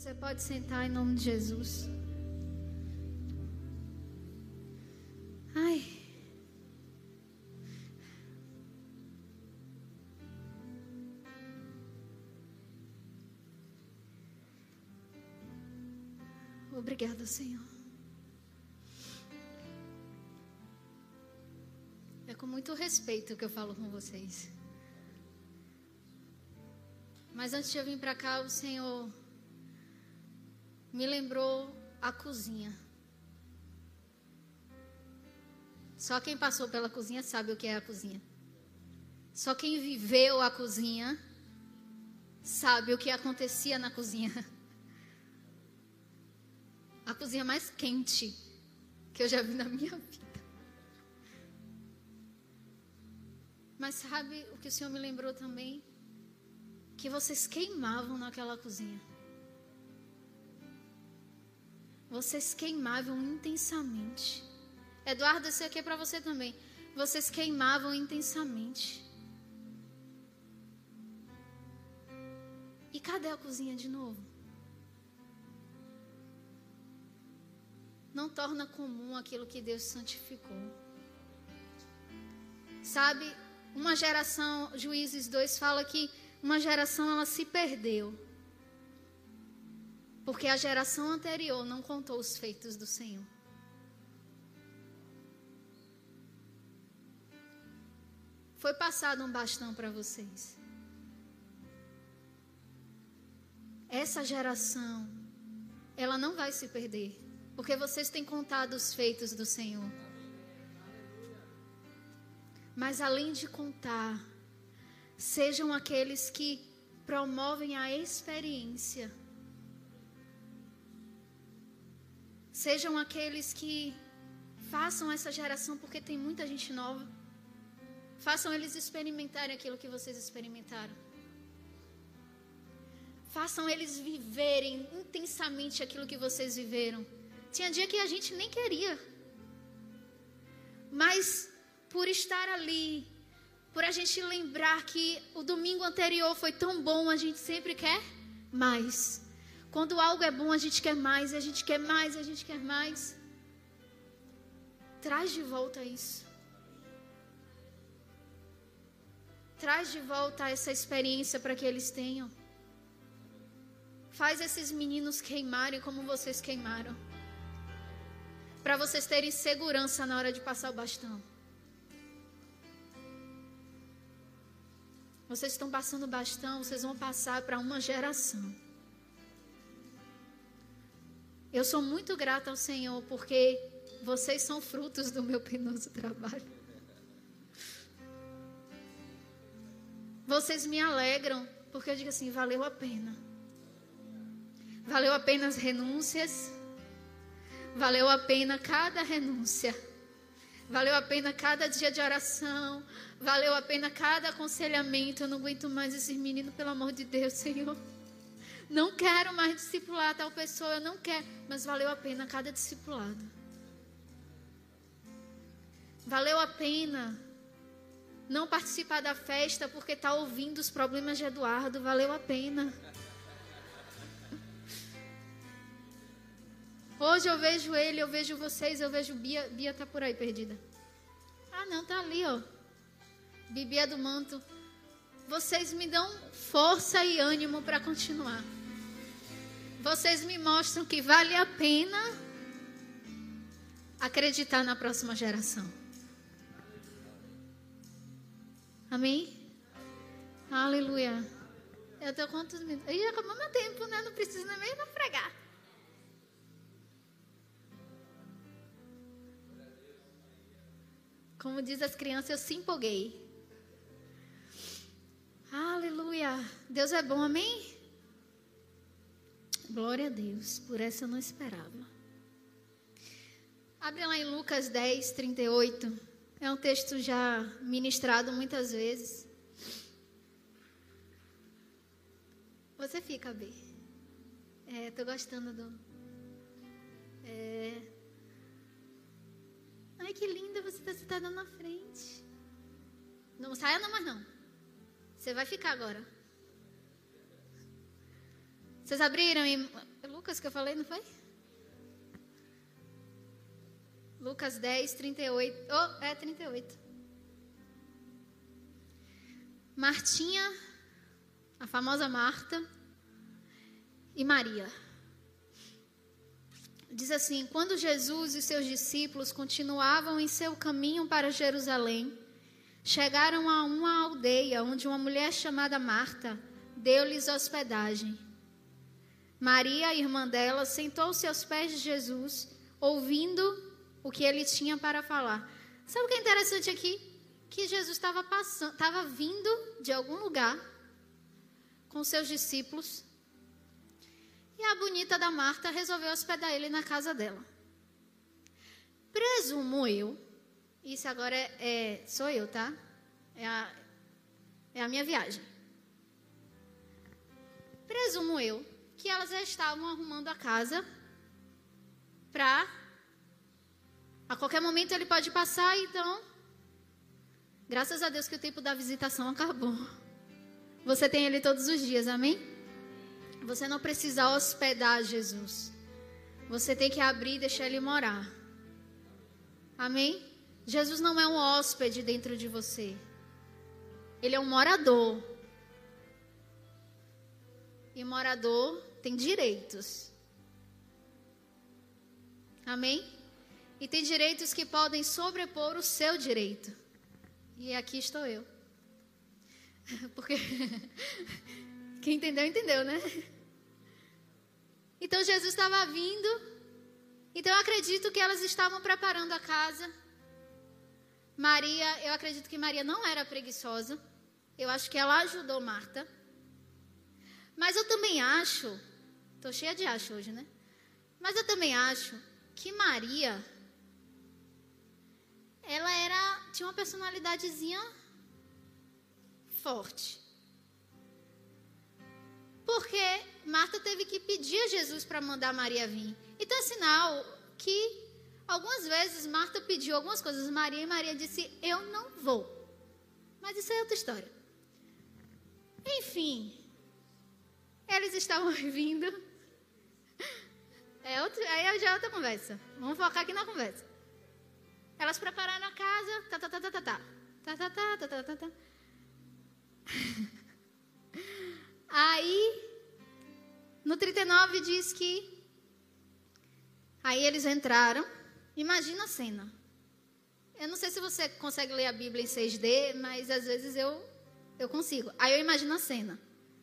Você pode sentar em nome de Jesus. Ai. Obrigada, Senhor. É com muito respeito que eu falo com vocês. Mas antes de eu vir para cá, o Senhor me lembrou a cozinha. Só quem passou pela cozinha sabe o que é a cozinha. Só quem viveu a cozinha sabe o que acontecia na cozinha. A cozinha mais quente que eu já vi na minha vida. Mas sabe o que o Senhor me lembrou também? Que vocês queimavam naquela cozinha. Vocês queimavam intensamente. Eduardo, esse aqui é para você também. Vocês queimavam intensamente. E cadê a cozinha de novo? Não torna comum aquilo que Deus santificou. Sabe, uma geração, Juízes 2 fala que uma geração ela se perdeu. Porque a geração anterior não contou os feitos do Senhor. Foi passado um bastão para vocês. Essa geração, ela não vai se perder. Porque vocês têm contado os feitos do Senhor. Mas além de contar, sejam aqueles que promovem a experiência. Sejam aqueles que façam essa geração, porque tem muita gente nova. Façam eles experimentarem aquilo que vocês experimentaram. Façam eles viverem intensamente aquilo que vocês viveram. Tinha dia que a gente nem queria. Mas por estar ali, por a gente lembrar que o domingo anterior foi tão bom, a gente sempre quer mais. Quando algo é bom, a gente quer mais, a gente quer mais, a gente quer mais. Traz de volta isso. Traz de volta essa experiência para que eles tenham. Faz esses meninos queimarem como vocês queimaram. Para vocês terem segurança na hora de passar o bastão. Vocês estão passando o bastão, vocês vão passar para uma geração. Eu sou muito grata ao Senhor, porque vocês são frutos do meu penoso trabalho. Vocês me alegram, porque eu digo assim, valeu a pena. Valeu a pena as renúncias. Valeu a pena cada renúncia. Valeu a pena cada dia de oração. Valeu a pena cada aconselhamento. Eu não aguento mais esses meninos, pelo amor de Deus, Senhor. Não quero mais discipular tal pessoa, eu não quero. Mas valeu a pena cada discipulado. Valeu a pena não participar da festa porque está ouvindo os problemas de Eduardo. Valeu a pena. Hoje eu vejo ele, eu vejo vocês, eu vejo Bia. Bia está por aí perdida. Ah não, está ali ó. Bibia do manto. Vocês me dão força e ânimo para continuar. Vocês me mostram que vale a pena acreditar na próxima geração. Amém? Aleluia. Eu estou quantos minutos? Já acabou meu tempo, né? Não precisa nem não pregar. Como diz as crianças, eu se empolguei. Aleluia. Deus é bom, amém? Glória a Deus. Por essa eu não esperava. Abre lá em Lucas 10, 38. É um texto já ministrado muitas vezes. Você fica, B. Tô gostando do... Ai, que linda, você está sentada na frente. Não saia não mais não. Você vai ficar agora. Vocês abriram? Lucas que eu falei, não foi? Lucas 10, 38. 38. Martinha, a famosa Marta, e Maria. Diz assim: quando Jesus e seus discípulos continuavam em seu caminho para Jerusalém, chegaram a uma aldeia onde uma mulher chamada Marta deu-lhes hospedagem. Maria, a irmã dela, sentou-se aos pés de Jesus, ouvindo o que ele tinha para falar. Sabe o que é interessante aqui? Que Jesus estava vindo de algum lugar com seus discípulos, e a bonita da Marta resolveu hospedar ele na casa dela. Presumo eu, isso agora sou eu, tá? É a minha viagem. Presumo eu que elas já estavam arrumando a casa para a qualquer momento ele pode passar, então graças a Deus que o tempo da visitação acabou. Você tem ele todos os dias, amém? Você não precisa hospedar Jesus. Você tem que abrir e deixar ele morar. Amém? Jesus não é um hóspede dentro de você. Ele é um morador. E morador tem direitos. Amém? E tem direitos que podem sobrepor o seu direito. E aqui estou eu. Porque quem entendeu, entendeu, né? Então Jesus estava vindo. Então eu acredito que elas estavam preparando a casa. Eu acredito que Maria não era preguiçosa. Eu acho que ela ajudou Marta. Mas eu também acho, estou cheia de acho hoje, né? Mas eu também acho que Maria, ela tinha uma personalidadezinha forte. Porque Marta teve que pedir a Jesus para mandar Maria vir. Então é sinal que algumas vezes Marta pediu algumas coisas a Maria e Maria disse, eu não vou. Mas isso é outra história. Enfim, eles estavam vindo. Aí já é outra conversa. Vamos focar aqui na conversa. Elas prepararam a casa. Aí, no 39 diz que aí eles entraram. Imagina a cena. Eu não sei se você consegue ler a Bíblia em 6D, mas às vezes eu consigo. Aí eu imagino a cena.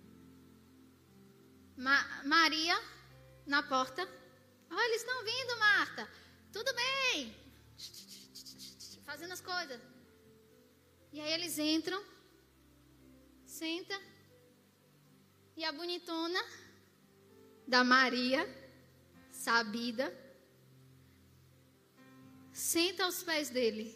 Maria na porta. Olha, eles estão vindo, Marta. Tudo bem. Fazendo as coisas. E aí eles entram. Senta. E a bonitona da Maria, sabida, senta aos pés dele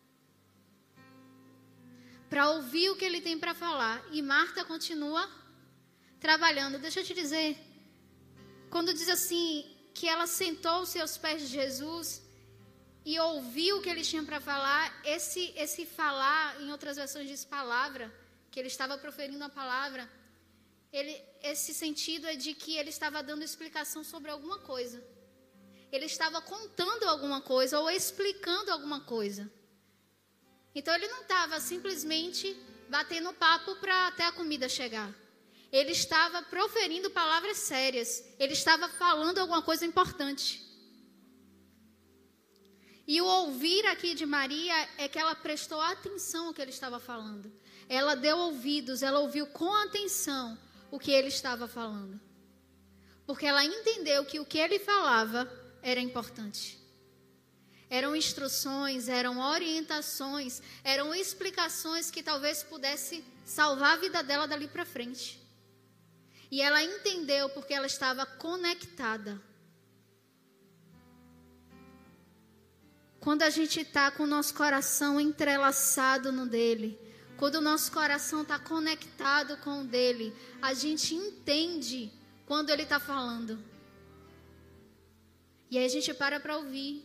para ouvir o que ele tem para falar. E Marta continua trabalhando. Deixa eu te dizer, quando diz assim que ela sentou-se aos pés de Jesus e ouviu o que ele tinha para falar, esse falar, em outras versões diz palavra, que ele estava proferindo a palavra. Esse sentido é de que ele estava dando explicação sobre alguma coisa. Ele estava contando alguma coisa ou explicando alguma coisa. Então ele não estava simplesmente batendo papo para até a comida chegar. Ele estava proferindo palavras sérias. Ele estava falando alguma coisa importante. E o ouvir aqui de Maria é que ela prestou atenção ao que ele estava falando. Ela deu ouvidos, ela ouviu com atenção o que ele estava falando. Porque ela entendeu que o que ele falava era importante. Eram instruções, eram orientações, eram explicações que talvez pudesse salvar a vida dela dali para frente. E ela entendeu porque ela estava conectada. Quando a gente está com o nosso coração entrelaçado no dele, quando o nosso coração está conectado com o dele, a gente entende quando ele está falando. E aí a gente para ouvir.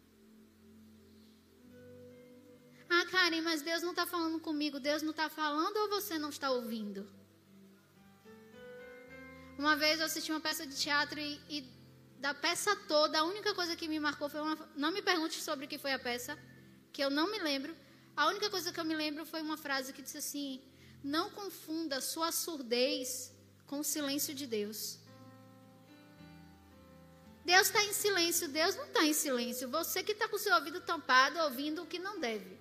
Ah, Karen, mas Deus não está falando comigo. Deus não está falando ou você não está ouvindo? Uma vez eu assisti uma peça de teatro e da peça toda, a única coisa que me marcou foi uma... Não me pergunte sobre o que foi a peça, que eu não me lembro. A única coisa que eu me lembro foi uma frase que disse assim: não confunda sua surdez com o silêncio de Deus. Deus está em silêncio, Deus não está em silêncio. Você que está com o seu ouvido tampado, ouvindo o que não deve.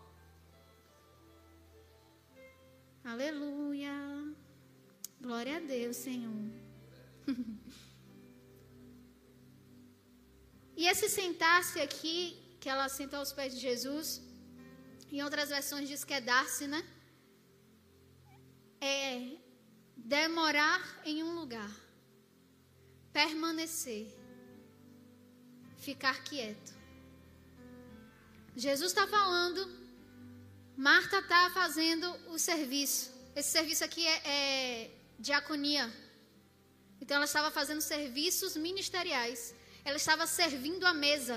Aleluia. Glória a Deus, Senhor. E esse sentar-se aqui, que ela sentou aos pés de Jesus, em outras versões diz que é dar-se, né? É demorar em um lugar, permanecer, ficar quieto. Jesus está falando, Marta está fazendo o serviço. Esse serviço aqui é diaconia. Então ela estava fazendo serviços ministeriais. Ela estava servindo a mesa.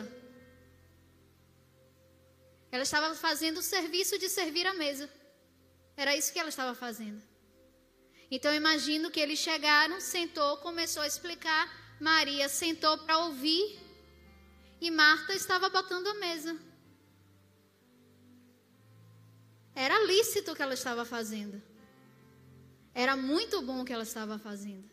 Ela estava fazendo o serviço de servir a mesa. Era isso que ela estava fazendo. Então eu imagino que eles chegaram, sentou, começou a explicar. Maria sentou para ouvir. E Marta estava botando a mesa. Era lícito o que ela estava fazendo. Era muito bom o que ela estava fazendo.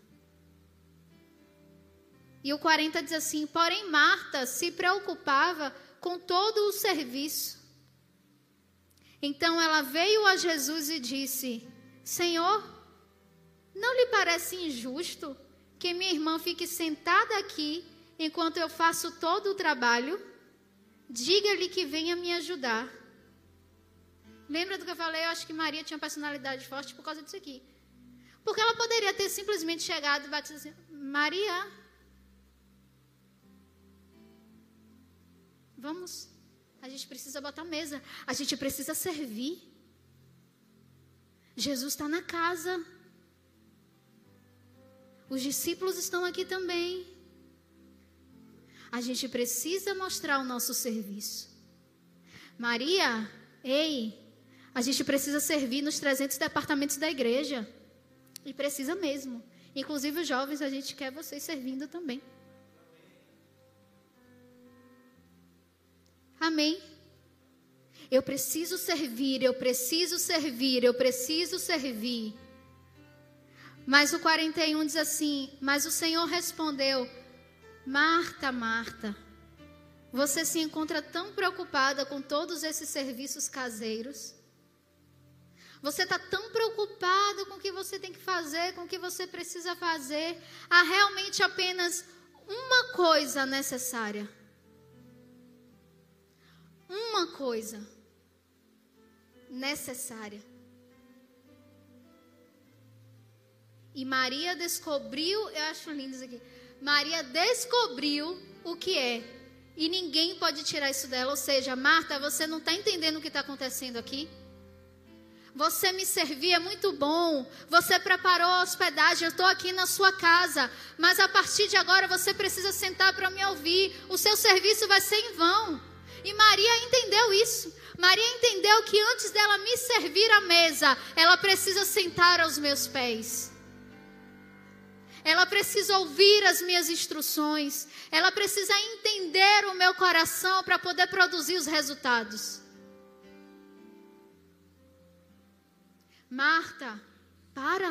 E o 40 diz assim: porém Marta se preocupava com todo o serviço. Então ela veio a Jesus e disse: Senhor, não lhe parece injusto que minha irmã fique sentada aqui enquanto eu faço todo o trabalho? Diga-lhe que venha me ajudar. Lembra do que eu falei? Eu acho que Maria tinha personalidade forte por causa disso aqui. Porque ela poderia ter simplesmente chegado e batido assim: Maria, vamos, a gente precisa botar mesa, a gente precisa servir. Jesus está na casa. Os discípulos estão aqui também. A gente precisa mostrar o nosso serviço. Maria, ei, a gente precisa servir nos 300 departamentos da igreja. E precisa mesmo. Inclusive os jovens, a gente quer vocês servindo também. Amém? Eu preciso servir, eu preciso servir, eu preciso servir. Mas o 41 diz assim: mas o Senhor respondeu: Marta, Marta, você se encontra tão preocupada com todos esses serviços caseiros. Você está tão preocupado com o que você tem que fazer, com o que você precisa fazer. Há realmente apenas uma coisa necessária. Uma coisa necessária. E Maria descobriu, eu acho lindo isso aqui. Maria descobriu o que é. E ninguém pode tirar isso dela. Ou seja, Marta, você não está entendendo o que está acontecendo aqui? Você me servir é muito bom. Você preparou a hospedagem. Eu estou aqui na sua casa. Mas a partir de agora você precisa sentar para me ouvir. O seu serviço vai ser em vão. E Maria entendeu isso. Maria entendeu que antes dela me servir à mesa, ela precisa sentar aos meus pés. Ela precisa ouvir as minhas instruções. Ela precisa entender o meu coração para poder produzir os resultados. Marta, para.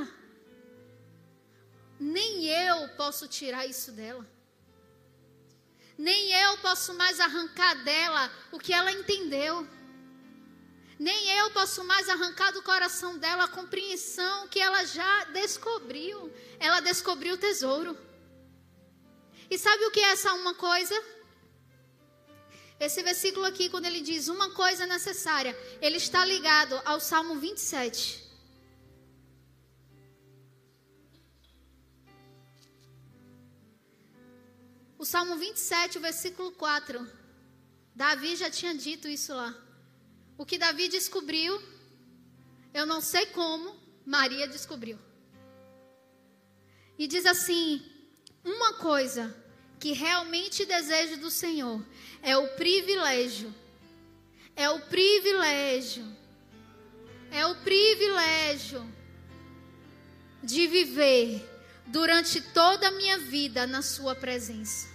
Nem eu posso tirar isso dela. Nem eu posso mais arrancar dela o que ela entendeu. Nem eu posso mais arrancar do coração dela a compreensão que ela já descobriu. Ela descobriu o tesouro. E sabe o que é essa uma coisa? Esse versículo aqui, quando ele diz uma coisa necessária, ele está ligado ao Salmo 27. O Salmo 27, o versículo 4. Davi já tinha dito isso lá. O que Davi descobriu, eu não sei como, Maria descobriu. E diz assim: uma coisa que realmente desejo do Senhor é o privilégio de viver durante toda a minha vida na sua presença,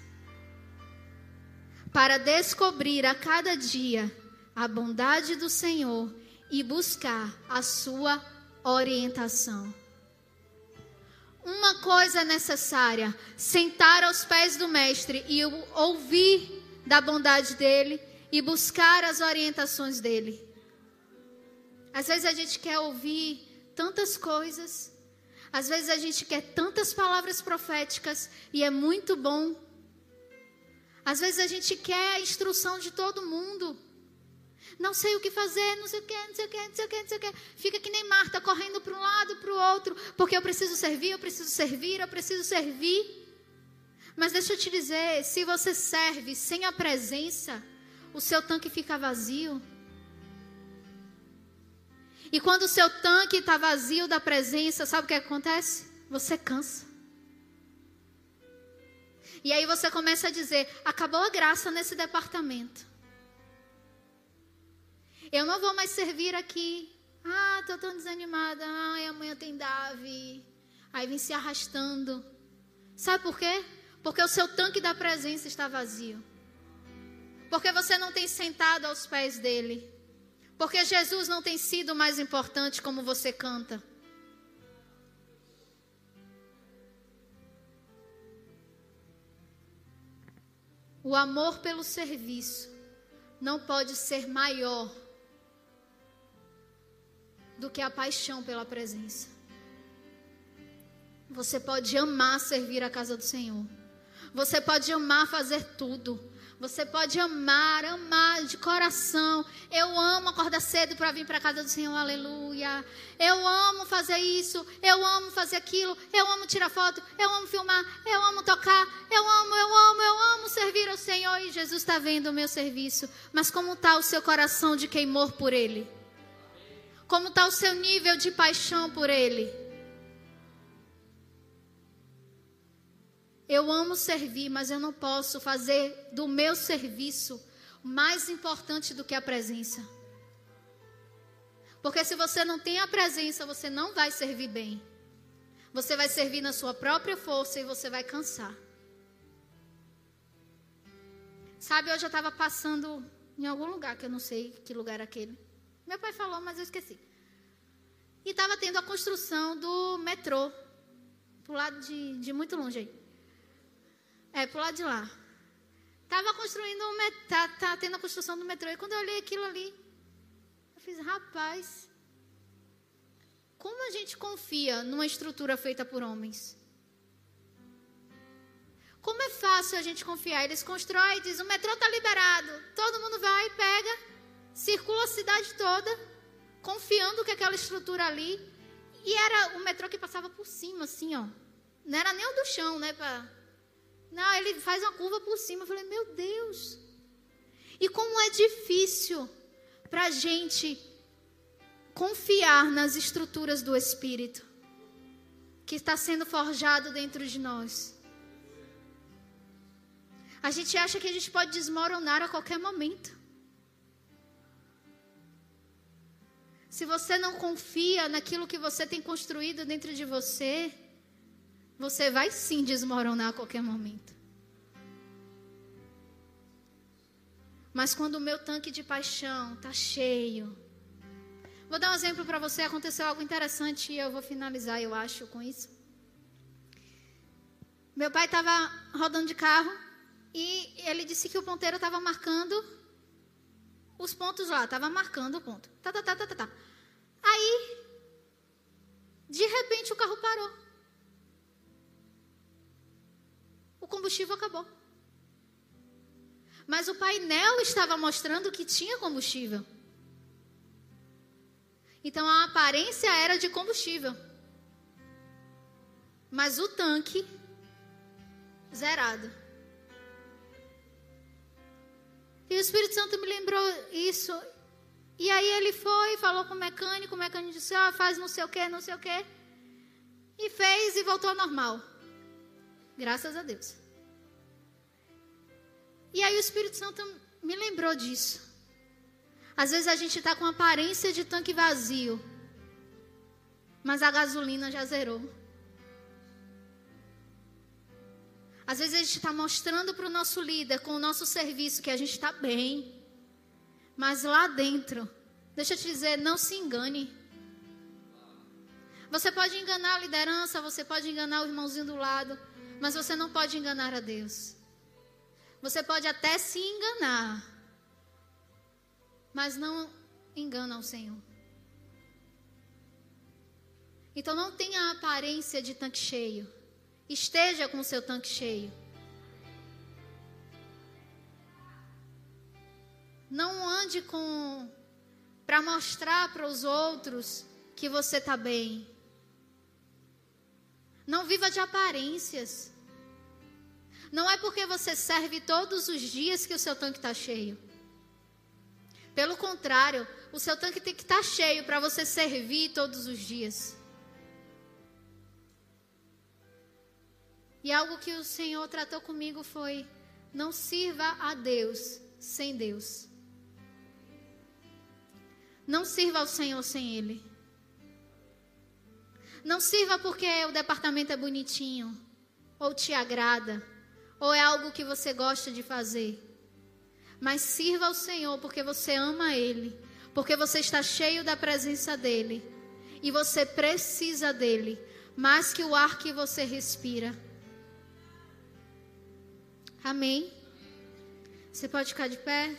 para descobrir a cada dia a bondade do Senhor e buscar a sua orientação. Uma coisa é necessária: sentar aos pés do Mestre e ouvir da bondade dele e buscar as orientações dele. Às vezes a gente quer ouvir tantas coisas, às vezes a gente quer tantas palavras proféticas e é muito bom. Às vezes a gente quer a instrução de todo mundo. Não sei o que fazer, não sei o que, não sei o que, não sei o que, não sei o que. Fica que nem Marta, correndo para um lado, para o outro, porque eu preciso servir, eu preciso servir, eu preciso servir. Mas deixa eu te dizer, se você serve sem a presença, o seu tanque fica vazio. E quando o seu tanque está vazio da presença, sabe o que acontece? Você cansa. E aí você começa a dizer: acabou a graça nesse departamento. Eu não vou mais servir aqui. Estou tão desanimada. Amanhã tem Davi. Aí vem se arrastando. Sabe por quê? Porque o seu tanque da presença está vazio. Porque você não tem sentado aos pés dele. Porque Jesus não tem sido mais importante como você canta. O amor pelo serviço não pode ser maior do que a paixão pela presença. Você pode amar servir a casa do Senhor. Você pode amar fazer tudo. Você pode amar de coração. Eu amo acordar cedo para vir para a casa do Senhor, aleluia. Eu amo fazer isso, eu amo fazer aquilo, eu amo tirar foto, eu amo filmar, eu amo tocar, eu amo servir ao Senhor. E Jesus está vendo o meu serviço. Mas como está o seu coração de queimor por Ele? Como está o seu nível de paixão por Ele? Eu amo servir, mas eu não posso fazer do meu serviço mais importante do que a presença. Porque se você não tem a presença, você não vai servir bem. Você vai servir na sua própria força e você vai cansar. Sabe, hoje eu estava passando em algum lugar, que eu não sei que lugar era aquele. Meu pai falou, mas eu esqueci. E estava tendo a construção do metrô. Pro lado de muito longe aí. Pro lado de lá. Estava construindo tá tendo a construção do metrô. E quando eu olhei aquilo ali, eu fiz: rapaz, como a gente confia numa estrutura feita por homens? Como é fácil a gente confiar? Eles constroem e dizem: o metrô está liberado. Todo mundo vai, pega, circula a cidade toda, confiando que aquela estrutura ali. E era o metrô que passava por cima, assim, ó. Não era nem o do chão, né? Não, ele faz uma curva por cima. Eu falei: meu Deus. E como é difícil para a gente confiar nas estruturas do Espírito que está sendo forjado dentro de nós. A gente acha que a gente pode desmoronar a qualquer momento. Se você não confia naquilo que você tem construído dentro de você, você vai sim desmoronar a qualquer momento. Mas quando o meu tanque de paixão está cheio. Vou dar um exemplo para você. Aconteceu algo interessante e eu vou finalizar, eu acho, com isso. Meu pai estava rodando de carro e ele disse que o ponteiro estava marcando os pontos lá. Estava marcando o ponto. Tá. Aí, de repente, o carro parou. O combustível acabou. Mas o painel estava mostrando que tinha combustível. Então a aparência era de combustível. Mas o tanque zerado. E o Espírito Santo me lembrou isso. E aí ele foi, falou com o mecânico disse: faz não sei o que, não sei o que. E fez e voltou ao normal. Graças a Deus. E aí o Espírito Santo me lembrou disso. Às vezes a gente está com aparência de tanque vazio, mas a gasolina já zerou. Às vezes a gente está mostrando para o nosso líder, com o nosso serviço, que a gente está bem. Mas lá dentro, deixa eu te dizer, não se engane. Você pode enganar a liderança, você pode enganar o irmãozinho do lado, mas você não pode enganar a Deus. Você pode até se enganar, mas não engana o Senhor. Então não tenha a aparência de tanque cheio. Esteja com o seu tanque cheio. Não ande para mostrar para os outros que você está bem. Não viva de aparências. Não é porque você serve todos os dias que o seu tanque está cheio. Pelo contrário, o seu tanque tem que estar cheio para você servir todos os dias. E algo que o Senhor tratou comigo foi: não sirva a Deus sem Deus. Não sirva ao Senhor sem Ele. Não sirva porque o departamento é bonitinho, ou te agrada, ou é algo que você gosta de fazer. Mas sirva ao Senhor porque você ama Ele, porque você está cheio da presença dEle, e você precisa dEle, mais que o ar que você respira. Amém? Você pode ficar de pé?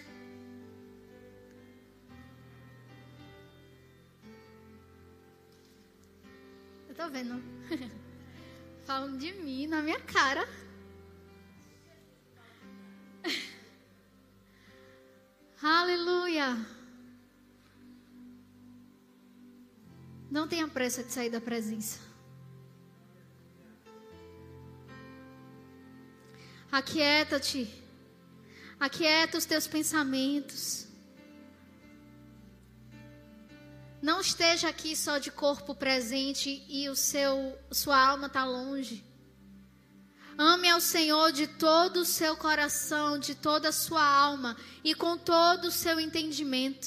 Eu tô vendo. Falam de mim na minha cara. Aleluia. Não tenha pressa de sair da presença. Aquieta-te. Aquieta os teus pensamentos. Não esteja aqui só de corpo presente e sua alma está longe. Ame ao Senhor de todo o seu coração, de toda a sua alma e com todo o seu entendimento.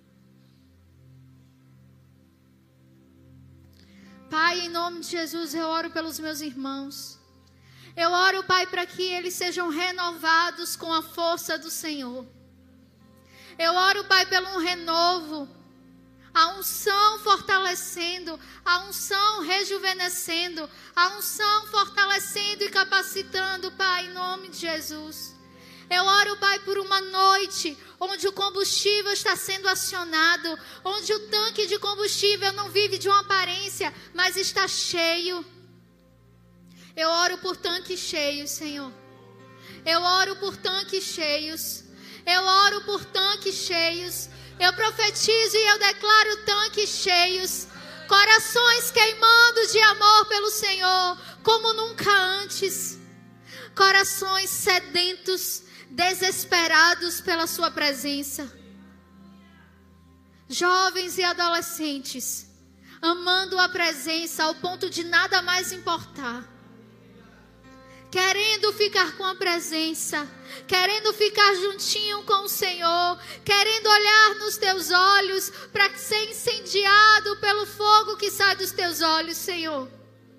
Pai, em nome de Jesus, eu oro pelos meus irmãos. Eu oro, Pai, para que eles sejam renovados com a força do Senhor. Eu oro, Pai, pelo um renovo, a unção fortalecendo, a unção rejuvenescendo, a unção fortalecendo e capacitando, Pai, em nome de Jesus. Eu oro, Pai, por uma noite onde o combustível está sendo acionado, onde o tanque de combustível não vive de uma aparência, mas está cheio. Eu oro por tanques cheios, Senhor. Eu oro por tanques cheios. Eu oro por tanques cheios. Eu profetizo e eu declaro tanques cheios. Corações queimando de amor pelo Senhor, como nunca antes. Corações sedentos, desesperados pela sua presença. Jovens e adolescentes, amando a presença ao ponto de nada mais importar. Querendo ficar com a presença, querendo ficar juntinho com o Senhor, querendo olhar nos teus olhos para ser incendiado pelo fogo que sai dos teus olhos, Senhor.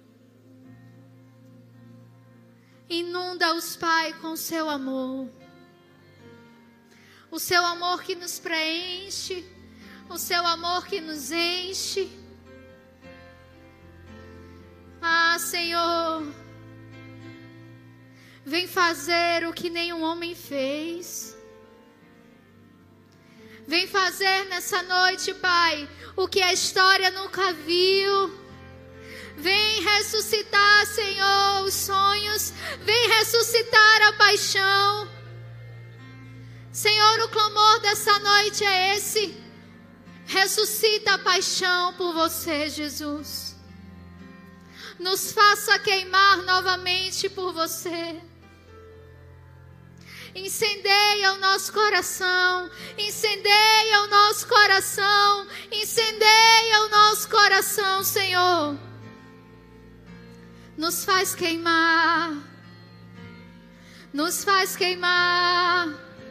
Inunda-os, Pai, com o seu amor. O seu amor que nos preenche, o seu amor que nos enche. Ah, Senhor, vem fazer o que nenhum homem fez. Vem fazer nessa noite, Pai, o que a história nunca viu. Vem ressuscitar, Senhor, os sonhos. Vem ressuscitar a paixão. Senhor, o clamor dessa noite é esse. Ressuscita a paixão por você, Jesus. Nos faça queimar novamente por você. Incendeia o nosso coração, incendeia o nosso coração, incendeia o nosso coração, Senhor. Nos faz queimar, nos faz queimar,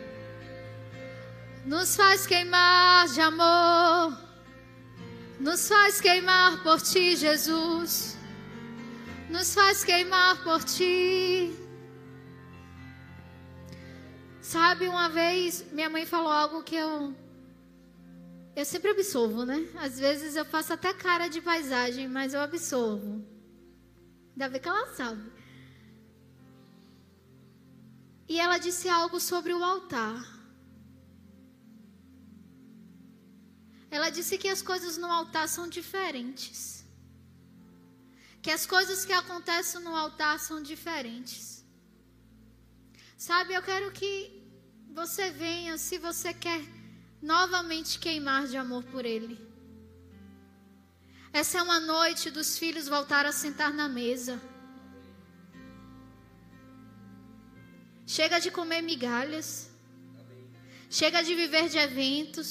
nos faz queimar de amor, nos faz queimar por Ti, Jesus, nos faz queimar por Ti. Sabe, uma vez minha mãe falou algo que eu sempre absorvo, né? Às vezes eu faço até cara de paisagem, mas eu absorvo. Ainda bem que ela sabe. E ela disse algo sobre o altar. Ela disse que as coisas no altar são diferentes. Que as coisas que acontecem no altar são diferentes. Sabe, eu quero que você venha, se você quer novamente queimar de amor por Ele. Essa é uma noite dos filhos voltar a sentar na mesa. Chega de comer migalhas. Chega de viver de eventos.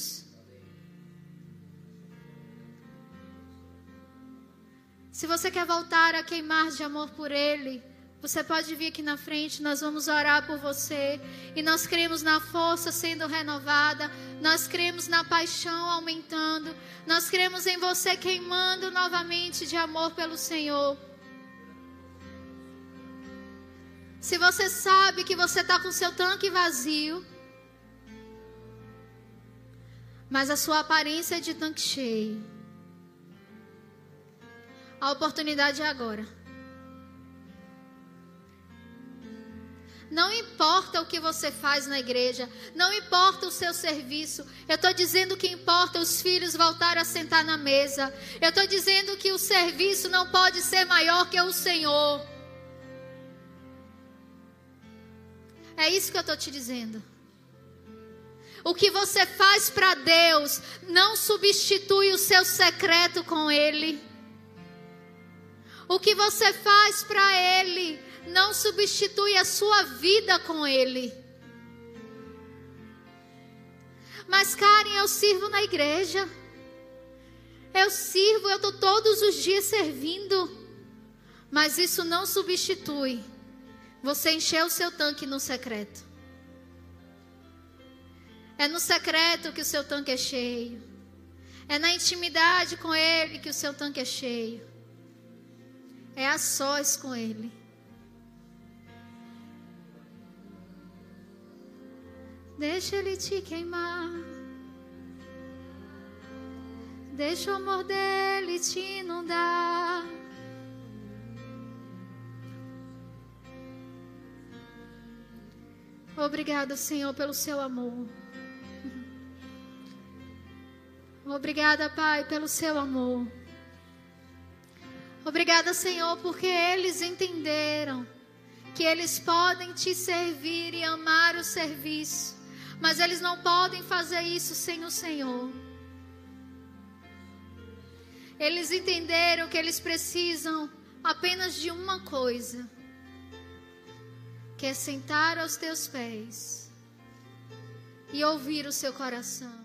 Se você quer voltar a queimar de amor por Ele, você pode vir aqui na frente, nós vamos orar por você. E nós cremos na força sendo renovada, nós cremos na paixão aumentando, nós cremos em você queimando novamente de amor pelo Senhor. Se você sabe que você está com seu tanque vazio, mas a sua aparência é de tanque cheio, a oportunidade é agora. Não importa o que você faz na igreja, não importa o seu serviço. Eu estou dizendo que importa os filhos voltarem a sentar na mesa. Eu estou dizendo que o serviço não pode ser maior que o Senhor. É isso que eu estou te dizendo. O que você faz para Deus não substitui o seu secreto com Ele. O que você faz para Ele não substitui a sua vida com Ele. Mas Karen, eu sirvo na igreja. Eu estou todos os dias servindo. Mas isso não substitui você encher o seu tanque no secreto. É no secreto que o seu tanque é cheio. É na intimidade com Ele que o seu tanque é cheio. É a sós com Ele. Deixa Ele te queimar. Deixa o amor dele te inundar. Obrigada, Senhor, pelo seu amor. Obrigada, Pai, pelo seu amor. Obrigada, Senhor, porque eles entenderam que eles podem te servir e amar o serviço, mas eles não podem fazer isso sem o Senhor. Eles entenderam que eles precisam apenas de uma coisa, que é sentar aos teus pés e ouvir o seu coração.